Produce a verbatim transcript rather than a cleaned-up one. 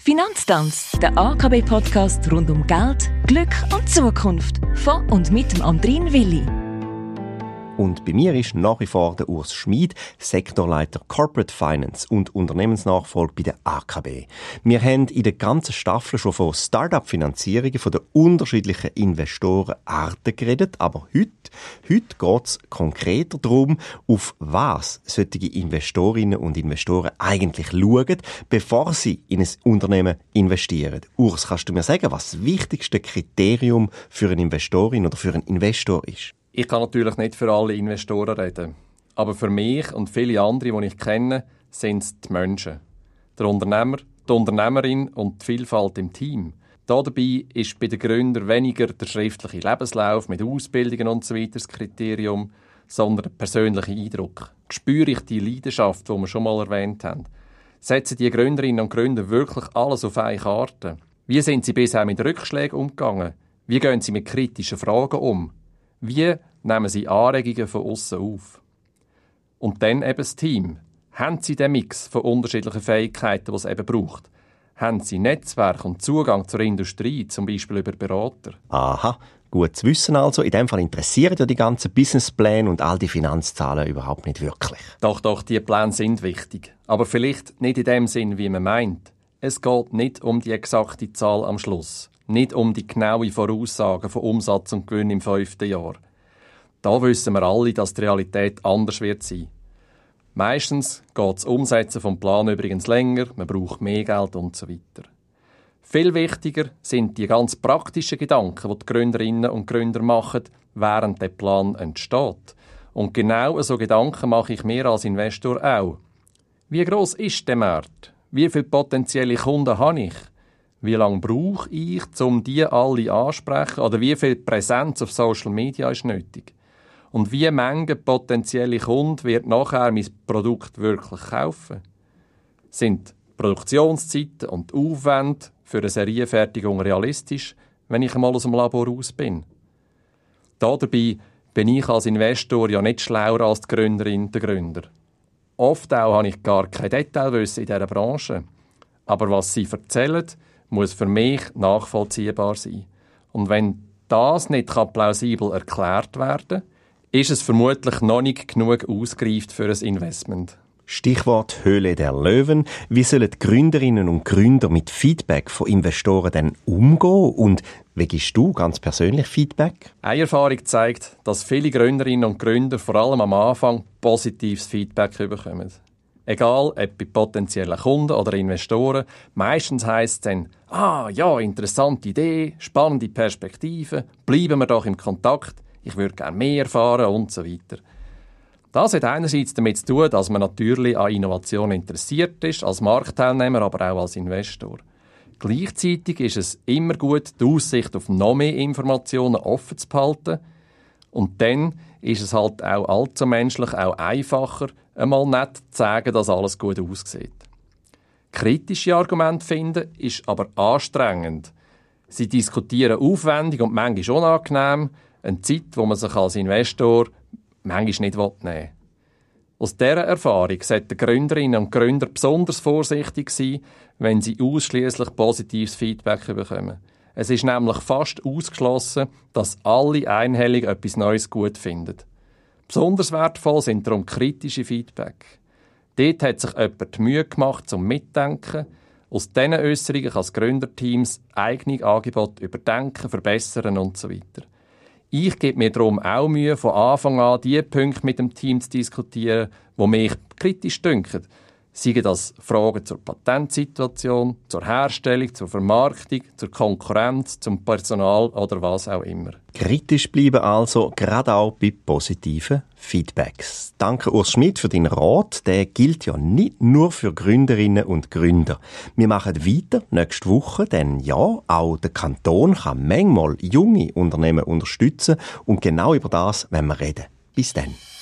Finanztanz, der A K B-Podcast rund um Geld, Glück und Zukunft. Von und mit dem Andrin Willi. Und bei mir ist nach wie vor der Urs Schmid, Sektorleiter Corporate Finance und Unternehmensnachfolge bei der A K B. Wir haben in der ganzen Staffel schon von Start-up-Finanzierungen von den unterschiedlichen Investorenarten geredet, aber heute, heute geht es konkreter darum, auf was solche Investorinnen und Investoren eigentlich schauen, bevor sie in ein Unternehmen investieren. Urs, kannst du mir sagen, was das wichtigste Kriterium für eine Investorin oder für einen Investor ist? Ich kann natürlich nicht für alle Investoren reden. Aber für mich und viele andere, die ich kenne, sind es die Menschen. Der Unternehmer, die Unternehmerin und die Vielfalt im Team. Dabei ist bei den Gründern weniger der schriftliche Lebenslauf mit Ausbildungen und so weiter das Kriterium, sondern der persönliche Eindruck. Spüre ich die Leidenschaft, die wir schon mal erwähnt haben? Setzen die Gründerinnen und Gründer wirklich alles auf eine Karte? Wie sind sie bisher mit Rückschlägen umgegangen? Wie gehen sie mit kritischen Fragen um? Wie nehmen sie Anregungen von außen auf? Und dann eben das Team. Haben sie den Mix von unterschiedlichen Fähigkeiten, die es eben braucht? Haben sie Netzwerk und Zugang zur Industrie, zum Beispiel über Berater? Aha, gut zu wissen also. In dem Fall interessieren ja die ganzen Businesspläne und all die Finanzzahlen überhaupt nicht wirklich. Doch, doch, die Pläne sind wichtig. Aber vielleicht nicht in dem Sinn, wie man meint. Es geht nicht um die exakte Zahl am Schluss. Nicht um die genaue Voraussagen von Umsatz und Gewinn im fünften Jahr. Da wissen wir alle, dass die Realität anders wird sein. Meistens geht das Umsetzen vom Plan übrigens länger, man braucht mehr Geld und so weiter. Viel wichtiger sind die ganz praktischen Gedanken, die die Gründerinnen und Gründer machen, während der Plan entsteht. Und genau so Gedanken mache ich mir als Investor auch. Wie gross ist der Markt? Wie viele potenzielle Kunden habe ich? Wie lange brauche ich, um die alle anzusprechen? Oder wie viel Präsenz auf Social Media ist nötig? Und wie Menge potenzielle Kunden wird nachher mein Produkt wirklich kaufen? Sind Produktionszeiten und Aufwände für eine Serienfertigung realistisch, wenn ich einmal aus dem Labor raus bin? Dabei bin ich als Investor ja nicht schlauer als die Gründerin, der Gründer. Oft auch habe ich gar kein Detailwissen in dieser Branche. Aber was sie erzählen, muss für mich nachvollziehbar sein. Und wenn das nicht plausibel erklärt werden kann, ist es vermutlich noch nicht genug ausgereift für ein Investment. Stichwort Höhle der Löwen. Wie sollen die Gründerinnen und Gründer mit Feedback von Investoren denn umgehen? Und wie gibst du ganz persönlich Feedback? Eine Erfahrung zeigt, dass viele Gründerinnen und Gründer vor allem am Anfang positives Feedback bekommen. Egal, ob bei potenziellen Kunden oder Investoren, meistens heisst es dann, ah ja, interessante Idee, spannende Perspektive, bleiben wir doch im Kontakt, ich würde gerne mehr erfahren und so weiter. Das hat einerseits damit zu tun, dass man natürlich an Innovation interessiert ist, als Marktteilnehmer, aber auch als Investor. Gleichzeitig ist es immer gut, die Aussicht auf noch mehr Informationen offen zu behalten. Und dann ist es halt auch allzu menschlich, auch einfacher, einmal nicht zu sagen, dass alles gut aussieht. Kritische Argumente finden ist aber anstrengend. Sie diskutieren aufwendig und manchmal unangenehm, eine Zeit, wo man sich als Investor manchmal nicht nehmen will. Aus dieser Erfahrung sollten Gründerinnen und Gründer besonders vorsichtig sein, wenn sie ausschließlich positives Feedback bekommen. Es ist nämlich fast ausgeschlossen, dass alle einhellig etwas Neues gut finden. Besonders wertvoll sind darum kritische Feedback. Dort hat sich jemand die Mühe gemacht zum Mitdenken. Aus diesen Äusserungen kann das Gründerteams eigene Angebote überdenken, verbessern und so weiter. Ich gebe mir darum auch Mühe, von Anfang an die Punkte mit dem Team zu diskutieren, die mich kritisch dünken. Seien das Fragen zur Patentsituation, zur Herstellung, zur Vermarktung, zur Konkurrenz, zum Personal oder was auch immer. Kritisch bleiben also, gerade auch bei positiven Feedbacks. Danke Urs Schmid für deinen Rat. Der gilt ja nicht nur für Gründerinnen und Gründer. Wir machen weiter nächste Woche, denn ja, auch der Kanton kann manchmal junge Unternehmen unterstützen und genau über das wollen wir reden. Bis dann.